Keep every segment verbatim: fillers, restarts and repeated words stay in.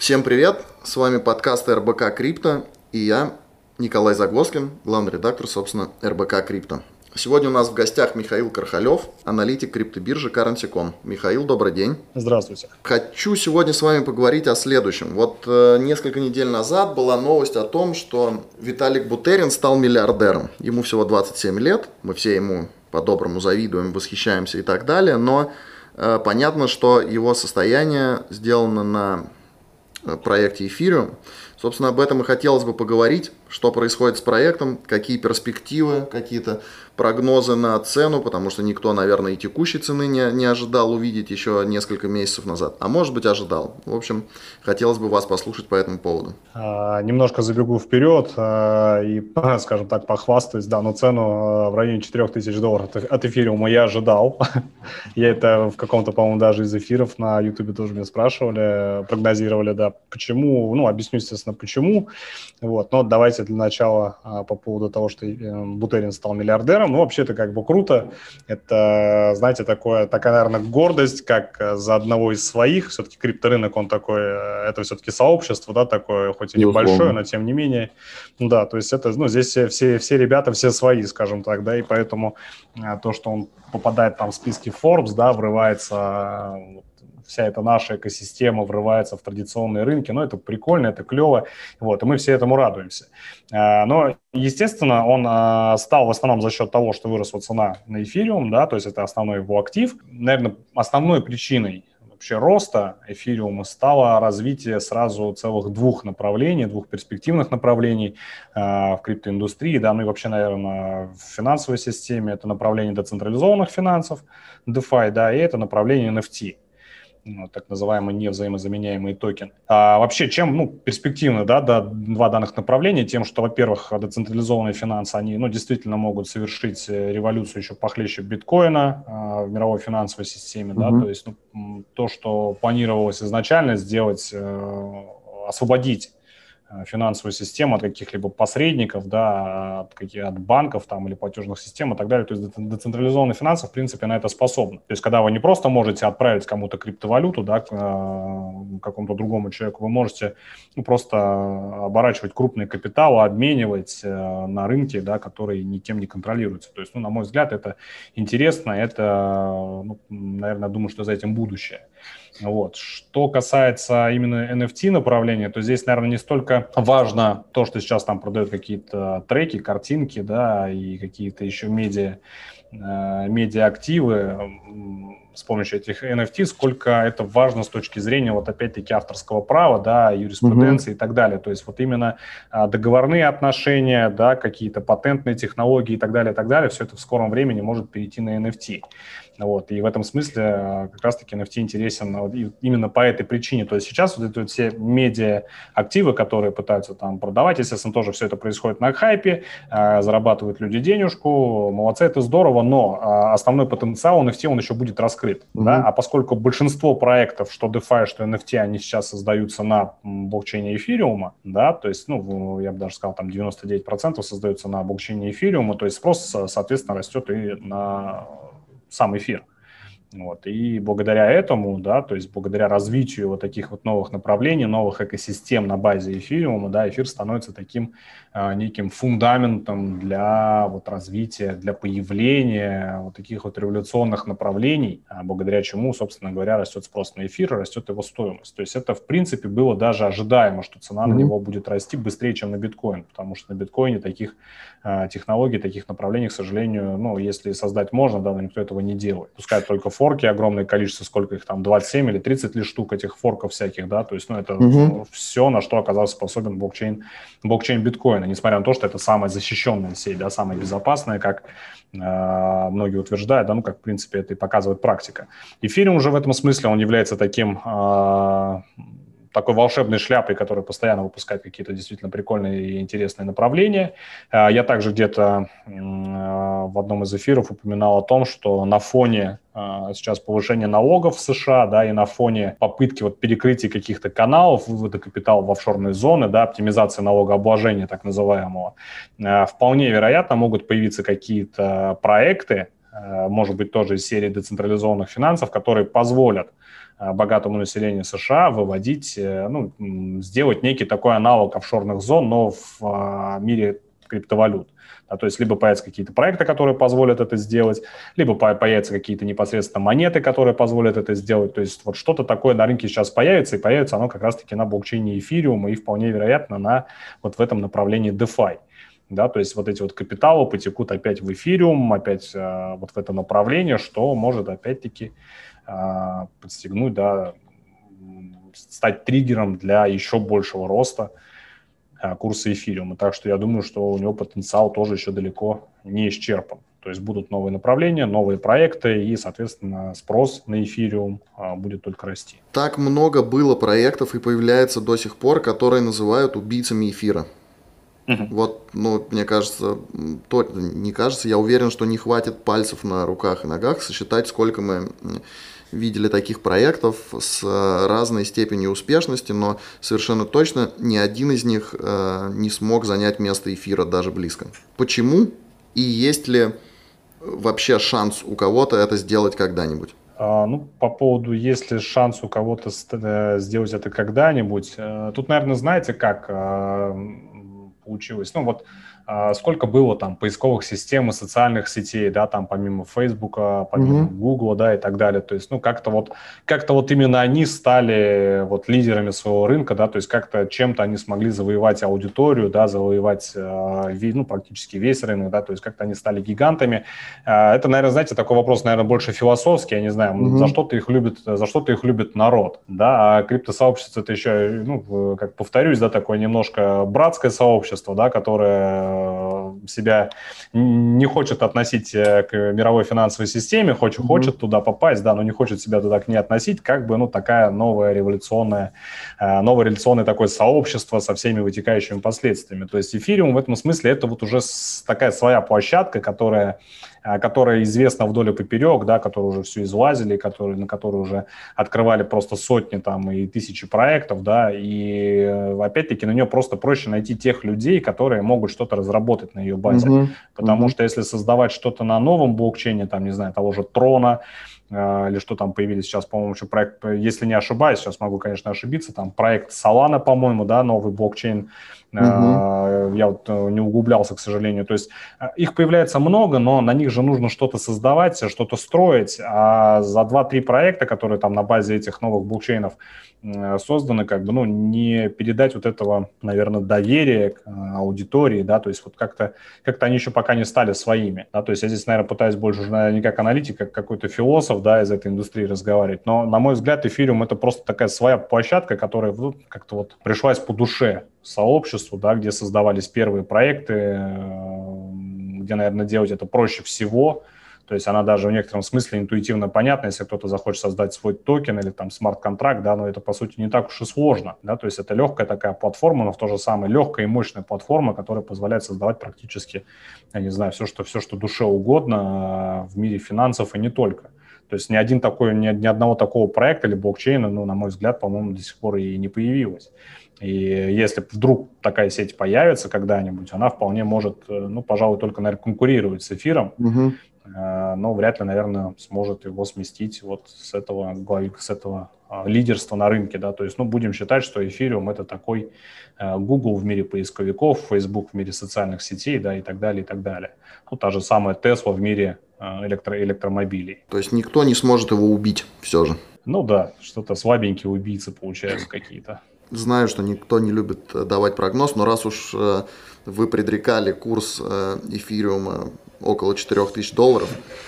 Всем привет, с вами подкаст эр бэ ка Крипто и я, Николай Загвоздкин, главный редактор, собственно, эр бэ ка Крипто. Сегодня у нас в гостях Михаил Кархалев, аналитик криптобиржи Currency точка ком. Михаил, добрый день. Здравствуйте. Хочу сегодня с вами поговорить о следующем. Вот э, несколько недель назад была новость о том, что Виталик Бутерин стал миллиардером. Ему всего двадцать семь лет, мы все ему по-доброму завидуем, восхищаемся и так далее, но э, понятно, что его состояние сделано на проекте Ethereum. Собственно, об этом и хотелось бы поговорить, что происходит с проектом, какие перспективы, какие-то прогнозы на цену, потому что никто, наверное, и текущей цены не, не ожидал увидеть еще несколько месяцев назад, а может быть ожидал. В общем, хотелось бы вас послушать по этому поводу. А, немножко забегу вперед а, и, скажем так, похвастаюсь, да, но цену а, в районе четыре тысячи долларов от, от эфириума я ожидал. Я это в каком-то, по-моему, даже из эфиров на Ютубе тоже меня спрашивали, прогнозировали, да, почему, ну, объясню, естественно, почему. Вот, но давайте для начала а, по поводу того, что Бутерин стал миллиардером. Ну, вообще, это как бы круто. Это, знаете, такое, такая, наверное, гордость, как за одного из своих. Все-таки крипторынок, он такой, это все-таки сообщество, да, такое, хоть и небольшое, но тем не менее. Да, то есть это, ну, здесь все, все, все ребята, все свои, скажем так, да, и поэтому то, что он попадает там в списки Forbes, да, врывается... вся эта наша экосистема врывается в традиционные рынки, ну, это прикольно, это клево, вот, и мы все этому радуемся. Но, естественно, он стал в основном за счет того, что выросла цена на эфириум, да, то есть это основной его актив. Наверное, основной причиной вообще роста эфириума стало развитие сразу целых двух направлений, двух перспективных направлений в криптоиндустрии, да, ну и вообще, наверное, в финансовой системе. Это направление децентрализованных финансов, DeFi, да, и это направление эн эф ти. Ну, так называемые невзаимозаменяемые токены. А вообще, чем, ну, перспективно, да, да, два данных направления, тем, что, во-первых, децентрализованные финансы, они, ну, действительно могут совершить революцию еще похлеще биткоина а, в мировой финансовой системе, mm-hmm. да, то есть, ну, то, что планировалось изначально сделать, э, освободить финансовую систему от каких-либо посредников, да, от, каких, от банков там, или платежных систем и так далее. То есть децентрализованные финансы, в принципе, на это способны. То есть когда вы не просто можете отправить кому-то криптовалюту, да, к какому-то другому человеку, вы можете, ну, просто оборачивать крупные капиталы, обменивать на рынке, да, который никем не контролируется. То есть, ну, на мой взгляд, это интересно, это, ну, наверное, думаю, что за этим будущее. Вот. Что касается именно эн эф ти направления, то здесь, наверное, не столько важно то, что сейчас там продают какие-то треки, картинки, да, и какие-то еще медиа, э, медиа-активы с помощью этих эн эф ти, сколько это важно с точки зрения, вот опять-таки, авторского права, да, юриспруденции mm-hmm. и так далее. То есть вот именно а, договорные отношения, да, какие-то патентные технологии и так далее, и так далее, все это в скором времени может перейти на эн эф ти. Вот, и в этом смысле как раз-таки эн эф ти интересен вот, именно по этой причине. То есть сейчас вот эти вот все медиа-активы, которые пытаются там продавать, естественно, тоже все это происходит на хайпе, э, зарабатывают люди денежку, молодцы, это здорово, но э, основной потенциал эн эф ти, он еще будет раскрыт. Mm-hmm. Да? А поскольку большинство проектов, что DeFi, что эн эф ти, они сейчас создаются на блокчейне эфириума, да, то есть, ну, я бы даже сказал, там девяносто девять процентов создаются на блокчейне эфириума, то есть спрос, соответственно, растет и на сам эфир. Вот. И благодаря этому, да, то есть благодаря развитию вот таких вот новых направлений, новых экосистем на базе эфириума, да, эфир становится таким э, неким фундаментом для вот развития, для появления вот таких вот революционных направлений, а благодаря чему, собственно говоря, растет спрос на эфир, растет его стоимость. То есть это, в принципе, было даже ожидаемо, что цена mm-hmm. на него будет расти быстрее, чем на биткоин, потому что на биткоине таких э, технологий, таких направлений, к сожалению, ну, если создать можно, да, но никто этого не делает. Пускай только форки, огромное количество, сколько их там, двадцать семь или тридцать ли штук этих форков всяких, да, то есть, ну, это mm-hmm. все, на что оказался способен блокчейн, блокчейн биткоина, несмотря на то, что это самая защищенная сеть, да, самая безопасная, как э, многие утверждают, да, ну, как, в принципе, это и показывает практика. Эфириум уже в этом смысле, он является таким... Э, такой волшебной шляпой, которая постоянно выпускает какие-то действительно прикольные и интересные направления. Я также где-то в одном из эфиров упоминал о том, что на фоне сейчас повышения налогов в США, да, и на фоне попытки вот перекрытия каких-то каналов, вывода капитала в офшорные зоны, да, оптимизации налогообложения так называемого, вполне вероятно могут появиться какие-то проекты, может быть, тоже из серии децентрализованных финансов, которые позволят богатому населению США выводить, ну, сделать некий такой аналог офшорных зон, но в мире криптовалют. А, то есть либо появятся какие-то проекты, которые позволят это сделать, либо появятся какие-то непосредственно монеты, которые позволят это сделать. То есть вот что-то такое на рынке сейчас появится, и появится оно как раз-таки на блокчейне Ethereum и вполне вероятно на вот в этом направлении DeFi. Да, то есть вот эти вот капиталы потекут опять в Ethereum, опять э, вот в это направление, что может опять-таки э, подстегнуть, да, стать триггером для еще большего роста курса эфириума. Так что я думаю, что у него потенциал тоже еще далеко не исчерпан. То есть будут новые направления, новые проекты, и, соответственно, спрос на эфириум будет только расти. Так много было проектов и появляется до сих пор, которые называют убийцами эфира. Uh-huh. Вот, ну, мне кажется, то, не кажется, я уверен, что не хватит пальцев на руках и ногах сосчитать, сколько мы видели таких проектов с разной степенью успешности, но совершенно точно ни один из них э, не смог занять место эфира даже близко. Почему? И есть ли вообще шанс у кого-то это сделать когда-нибудь? А, ну, по поводу, есть ли шанс у кого-то сделать это когда-нибудь, тут, наверное, знаете, как получилось? Ну, вот сколько было там поисковых систем и социальных сетей, да, там помимо Фейсбука, помимо mm-hmm. Гугла, да, и так далее. То есть, ну, как-то вот, как-то вот именно они стали вот лидерами своего рынка, да, то есть как-то чем-то они смогли завоевать аудиторию, да, завоевать, ну, практически весь рынок, да, то есть как-то они стали гигантами. Это, наверное, знаете, такой вопрос, наверное, больше философский, я не знаю, mm-hmm. за что-то их любит, за что-то их любит народ, да, а криптосообщество это еще, ну, как повторюсь, да, такое немножко братское сообщество, да, которое себя не хочет относить к мировой финансовой системе, хочет, mm-hmm. хочет туда попасть, да, но не хочет себя туда к ней относить, как бы, ну, такая новая революционная, новое революционное такое сообщество со всеми вытекающими последствиями. То есть эфириум в этом смысле это вот уже такая своя площадка, которая, которая известна вдоль и поперек, да, которую уже все излазили, которые, на которую уже открывали просто сотни там и тысячи проектов, да, и опять-таки на нее просто проще найти тех людей, которые могут что-то разработать на ее базе, uh-huh. потому uh-huh. что если создавать что-то на новом блокчейне, там, не знаю, того же Трона, э, или что там появились сейчас, по-моему, еще проект, если не ошибаюсь, сейчас могу, конечно, ошибиться, там проект Solana, по-моему, да, новый блокчейн, Uh-huh. Я вот не углублялся, к сожалению. То есть их появляется много, но на них же нужно что-то создавать, что-то строить. А за два-три проекта, которые там на базе этих новых блокчейнов созданы, как бы, ну, не передать вот этого, наверное, доверия к аудитории, да, то есть вот как-то, как-то они еще пока не стали своими, да, то есть я здесь, наверное, пытаюсь больше уже, наверное, не как аналитик, как какой-то философ, да, из этой индустрии разговаривать, но, на мой взгляд, эфириум — это просто такая своя площадка, которая, ну, как-то вот пришлась по душе сообществу, да, где создавались первые проекты, где, наверное, делать это проще всего. То есть она даже в некотором смысле интуитивно понятна, если кто-то захочет создать свой токен или там смарт-контракт, да, но это, по сути, не так уж и сложно, да, то есть это легкая такая платформа, но в то же самое легкая и мощная платформа, которая позволяет создавать практически, я не знаю, все, что, все, что душе угодно в мире финансов и не только. То есть ни один такой, ни, ни одного такого проекта или блокчейна, ну, на мой взгляд, по-моему, до сих пор и не появилось. И если вдруг такая сеть появится когда-нибудь, она вполне может, ну, пожалуй, только, наверное, конкурировать с эфиром, угу. но вряд ли, наверное, сможет его сместить вот с этого, с этого лидерства на рынке, да, то есть, ну, будем считать, что эфириум — это такой Google в мире поисковиков, Facebook в мире социальных сетей, да, и так далее, и так далее. Ну, та же самая Tesla в мире электро- электромобилей. То есть никто не сможет его убить все же? Ну да, что-то слабенькие убийцы получаются какие-то. Знаю, что никто не любит давать прогноз, но раз уж вы предрекали курс эфириума около четырех тысяч долларов,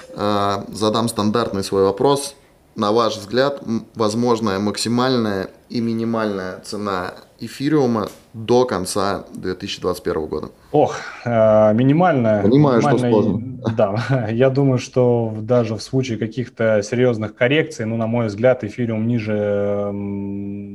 задам стандартный свой вопрос. На ваш взгляд, возможная максимальная и минимальная цена эфириума до конца две тысячи двадцать первого года? Ох, э, минимальная. Понимаю, минимальная, что сложно. Да, я думаю, что даже в случае каких-то серьезных коррекций, ну, на мой взгляд, эфириум ниже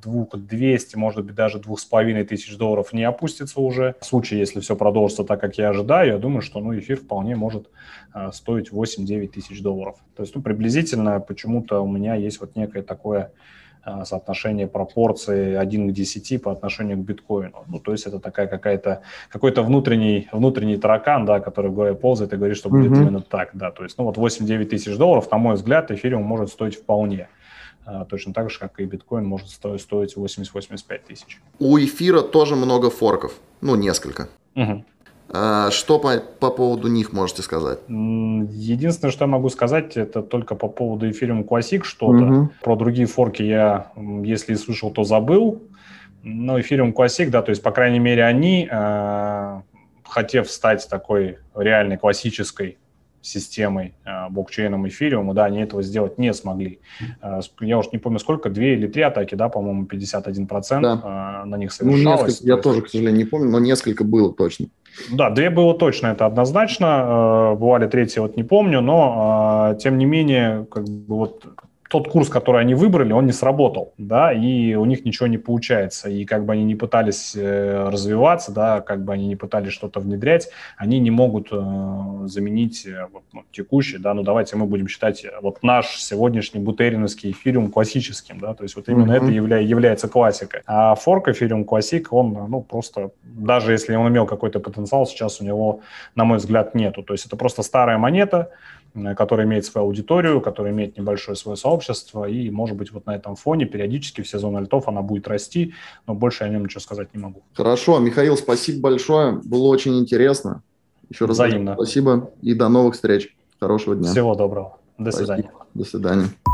две тысячи двести, может быть, даже две тысячи пятьсот долларов не опустится уже. В случае, если все продолжится так, как я ожидаю, я думаю, что ну, эфир вполне может а, стоить восемь-девять тысяч долларов. То есть ну, приблизительно почему-то у меня есть вот некое такое а, соотношение пропорции один к десяти по отношению к биткоину. Ну, то есть это такая какая-то, какой-то внутренний, внутренний таракан, да, который в голове ползает и говорит, что будет mm-hmm. именно так. Да. То есть ну, вот восемь-девять тысяч долларов, на мой взгляд, эфириум может стоить вполне. Точно так же, как и биткоин может стоить, стоить восемьдесят-восемьдесят пять тысяч. У эфира тоже много форков, ну, несколько. Угу. А, что по, по поводу них можете сказать? Единственное, что я могу сказать, это только по поводу Ethereum Classic что-то. Угу. Про другие форки я, если и слышал, то забыл. Но Ethereum Classic, да, то есть, по крайней мере, они, э, хотев стать такой реальной классической системой, э, блокчейном эфириума, да, они этого сделать не смогли. Э, я уж не помню сколько, две или три атаки, да, по-моему, пятьдесят один процент да. э, на них совершалось. Ну, несколько, я есть... тоже, к сожалению, не помню, но несколько было точно. Да, две было точно, это однозначно. Э, бывали третьи, вот не помню, но, э, тем не менее, как бы вот тот курс, который они выбрали, он не сработал, да, и у них ничего не получается, и как бы они не пытались э, развиваться, да, как бы они не пытались что-то внедрять, они не могут э, заменить э, вот, ну, текущий, да, ну давайте мы будем считать вот наш сегодняшний бутериновский эфириум классическим, да, то есть вот именно mm-hmm. это явля- является классикой. А форк эфириум классик, он, ну, просто, даже если он имел какой-то потенциал, сейчас у него, на мой взгляд, нету, то есть это просто старая монета, который имеет свою аудиторию, который имеет небольшое свое сообщество, и, может быть, вот на этом фоне периодически в сезон альтов она будет расти, но больше я о нем ничего сказать не могу. Хорошо, Михаил, спасибо большое, было очень интересно. Еще раз взаимно. Спасибо и до новых встреч. Хорошего дня. Всего доброго. До спасибо. свидания. До свидания.